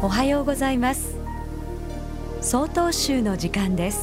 おはようございます。総統集の時間です。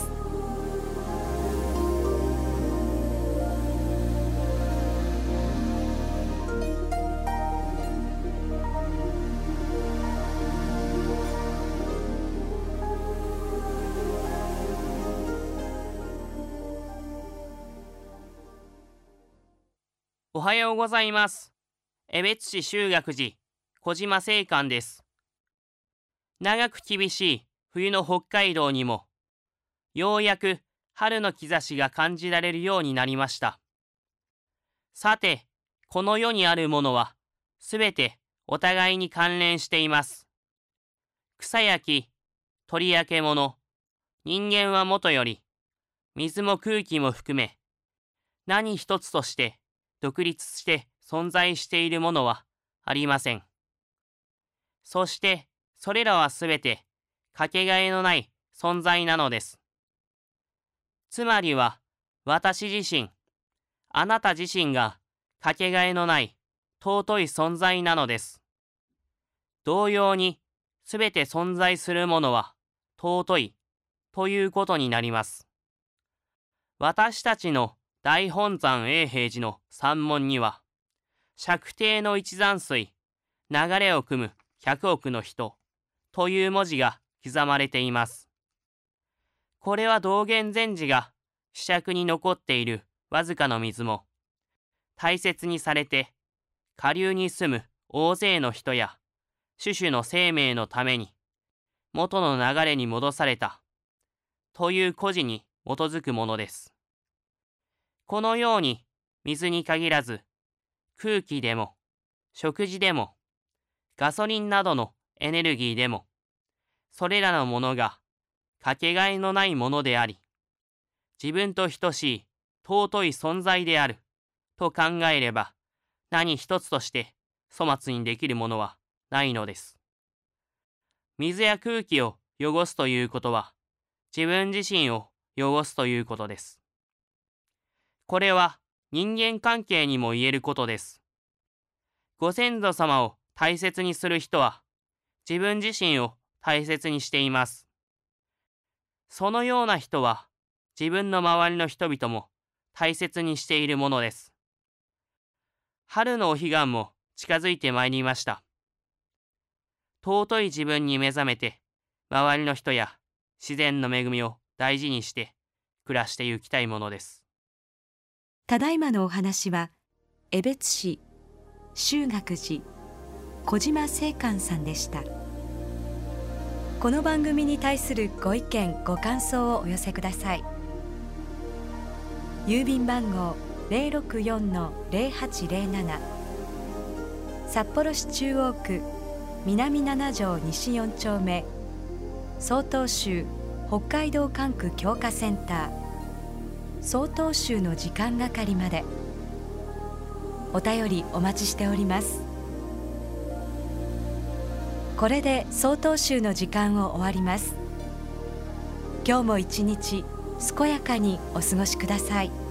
おはようございます。江別市修学寺小島聖館です。長く厳しい冬の北海道にも、ようやく春の兆しが感じられるようになりました。さて、この世にあるものは、すべてお互いに関連しています。草や木、鳥や獣、人間はもとより、水も空気も含め、何一つとして独立して存在しているものはありません。そして、それらはすべてかけがえのない存在なのです。つまりは、私自身、あなた自身がかけがえのない尊い存在なのです。同様に、すべて存在するものは尊いということになります。私たちの大本山永平寺の山門には、釈帝の一山水、流れを汲む100億の人という文字が刻まれています。これは道元禅師が子釈に残っているわずかの水も、大切にされて下流に住む大勢の人や種々の生命のために元の流れに戻されたという故事に基づくものです。このように水に限らず、空気でも食事でもガソリンなどのエネルギーでも、それらのものがかけがえのないものであり、自分と等しい尊い存在であると考えれば、何一つとして粗末にできるものはないのです。水や空気を汚すということは、自分自身を汚すということです。これは人間関係にも言えることです。ご先祖様を大切にする人は、自分自身を大切にしています。そのような人は、自分の周りの人々も大切にしているものです。春のお彼岸も近づいてまいりました。尊い自分に目覚めて、周りの人や自然の恵みを大事にして暮らしてゆきたいものです。 ただいまのお話は、江別市修学寺小島聖館さんでした。この番組に対するご意見ご感想をお寄せください。郵便番号 064-0807 札幌市中央区南7条西4丁目、曹洞宗北海道管区強化センター曹洞宗の時間係まで。お便りお待ちしております。これで曹洞宗の時間を終わります。今日も一日健やかにお過ごしください。